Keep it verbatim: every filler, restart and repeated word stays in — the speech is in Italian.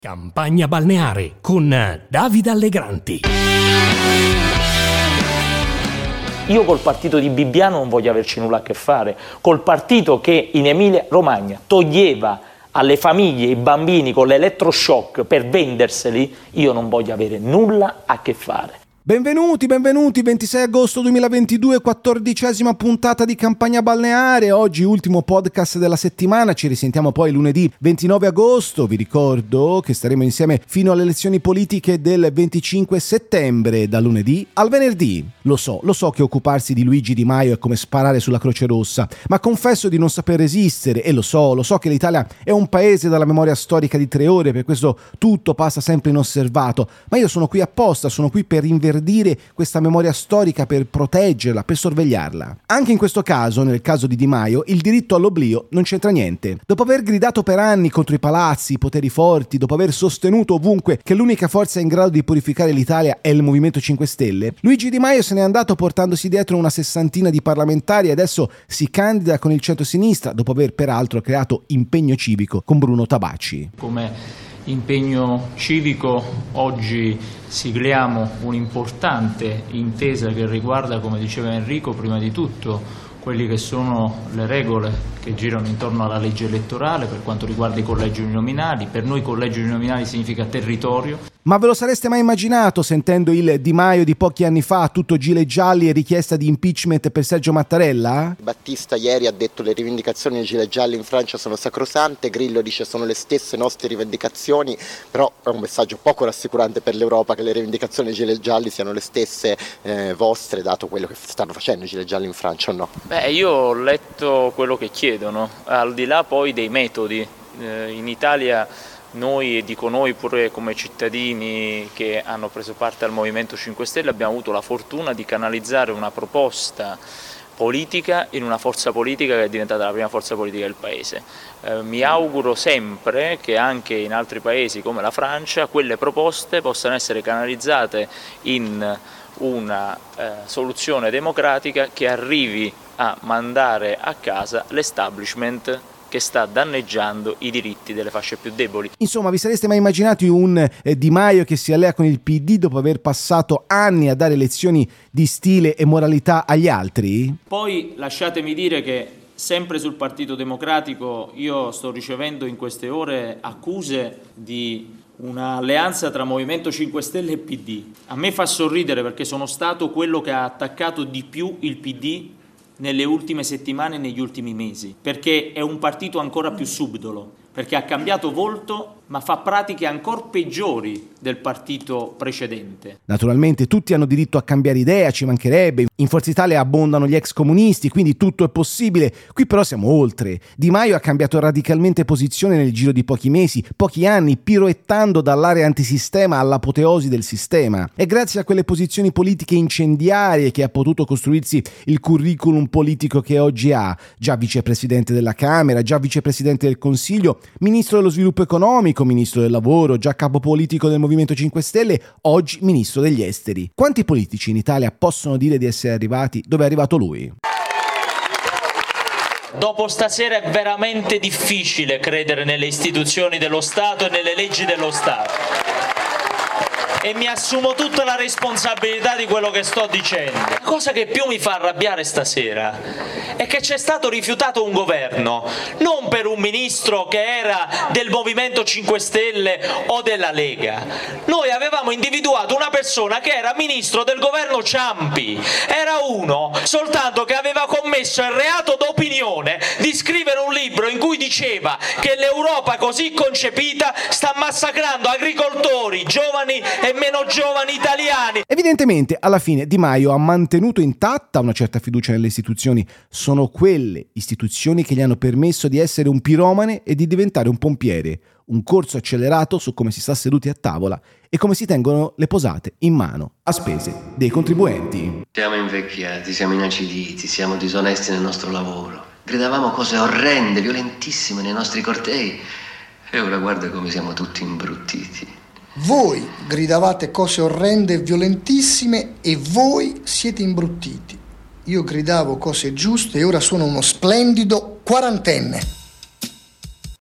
Campagna balneare con Davide Allegranti. Io col partito di Bibbiano non voglio averci nulla a che fare, col partito che in Emilia Romagna toglieva alle famiglie i bambini con l'elettroshock per venderseli, io non voglio avere nulla a che fare. Benvenuti, benvenuti, ventisei agosto duemilaventidue, quattordicesima puntata di Campagna Balneare, oggi ultimo podcast della settimana, ci risentiamo poi lunedì ventinove agosto, vi ricordo che staremo insieme fino alle elezioni politiche del venticinque settembre, da lunedì al venerdì. Lo so, lo so che occuparsi di Luigi Di Maio è come sparare sulla Croce Rossa, ma confesso di non saper resistere e lo so, lo so che l'Italia è un paese dalla memoria storica di tre ore, per questo tutto passa sempre inosservato, ma io sono qui apposta, sono qui per invertire dire questa memoria storica, per proteggerla, per sorvegliarla. Anche in questo caso, nel caso di Di Maio, il diritto all'oblio non c'entra niente. Dopo aver gridato per anni contro i palazzi, i poteri forti, dopo aver sostenuto ovunque che l'unica forza in grado di purificare l'Italia è il Movimento cinque Stelle, Luigi Di Maio se n'è andato portandosi dietro una sessantina di parlamentari e adesso si candida con il centro-sinistra, dopo aver peraltro creato impegno civico con Bruno Tabacci. Come impegno civico oggi sigliamo un'importante intesa che riguarda, come diceva Enrico, prima di tutto quelli che sono le regole che girano intorno alla legge elettorale per quanto riguarda i collegi uninominali. Per noi collegi uninominali significa territorio. Ma ve lo sareste mai immaginato sentendo il Di Maio di pochi anni fa, tutto gilet gialli e richiesta di impeachment per Sergio Mattarella? Battista ieri ha detto le rivendicazioni dei gilet gialli in Francia sono sacrosante, Grillo dice sono le stesse nostre rivendicazioni, però è un messaggio poco rassicurante per l'Europa che le rivendicazioni dei gilet gialli siano le stesse eh, vostre, dato quello che stanno facendo i gilet gialli in Francia o no? Beh, io ho letto quello che chiedono, al di là poi dei metodi. Eh, in Italia noi, e dico noi pure come cittadini che hanno preso parte al Movimento cinque Stelle, abbiamo avuto la fortuna di canalizzare una proposta politica in una forza politica che è diventata la prima forza politica del Paese. Eh, mi auguro sempre che anche in altri paesi come la Francia quelle proposte possano essere canalizzate in una eh, soluzione democratica che arrivi a mandare a casa l'establishment che sta danneggiando i diritti delle fasce più deboli. Insomma, vi sareste mai immaginati un eh, Di Maio che si allea con il P D dopo aver passato anni a dare lezioni di stile e moralità agli altri? Poi lasciatemi dire che sempre sul Partito Democratico io sto ricevendo in queste ore accuse di un'alleanza tra Movimento cinque Stelle e P D. A me fa sorridere perché sono stato quello che ha attaccato di più il P D nelle ultime settimane e negli ultimi mesi, perché è un partito ancora più subdolo, perché ha cambiato volto ma fa pratiche ancora peggiori del partito precedente. Naturalmente tutti hanno diritto a cambiare idea, ci mancherebbe. In Forza Italia abbondano gli ex comunisti, quindi tutto è possibile. Qui però siamo oltre. Di Maio ha cambiato radicalmente posizione nel giro di pochi mesi, pochi anni, piroettando dall'area antisistema all'apoteosi del sistema. È grazie a quelle posizioni politiche incendiarie che ha potuto costruirsi il curriculum politico che oggi ha. Già vicepresidente della Camera, già vicepresidente del Consiglio, ministro dello sviluppo economico, ministro del lavoro, già capo politico del Movimento cinque Stelle, oggi ministro degli esteri. Quanti politici in Italia possono dire di essere arrivati dove è arrivato lui? Dopo stasera è veramente difficile credere nelle istituzioni dello Stato e nelle leggi dello Stato. E mi assumo tutta la responsabilità di quello che sto dicendo. La cosa che più mi fa arrabbiare stasera è che c'è stato rifiutato un governo, non per un ministro che era del Movimento cinque Stelle o della Lega. Noi avevamo individuato una persona che era ministro del governo Ciampi, era uno soltanto che aveva commesso il reato d'opinione di scrivere un libro in cui diceva che l'Europa così concepita sta massacrando agricoltori, giovani e meno giovani italiani. Evidentemente alla fine Di Maio ha mantenuto intatta una certa fiducia nelle istituzioni. Sono quelle istituzioni che gli hanno permesso di essere un piromane e di diventare un pompiere. Un corso accelerato su come si sta seduti a tavola e come si tengono le posate in mano a spese dei contribuenti. Siamo invecchiati, siamo inaciditi, siamo disonesti nel nostro lavoro. Gridavamo cose orrende, violentissime nei nostri cortei e ora guarda come siamo tutti imbruttiti. Voi gridavate cose orrende e violentissime e voi siete imbruttiti. Io gridavo cose giuste e ora sono uno splendido quarantenne.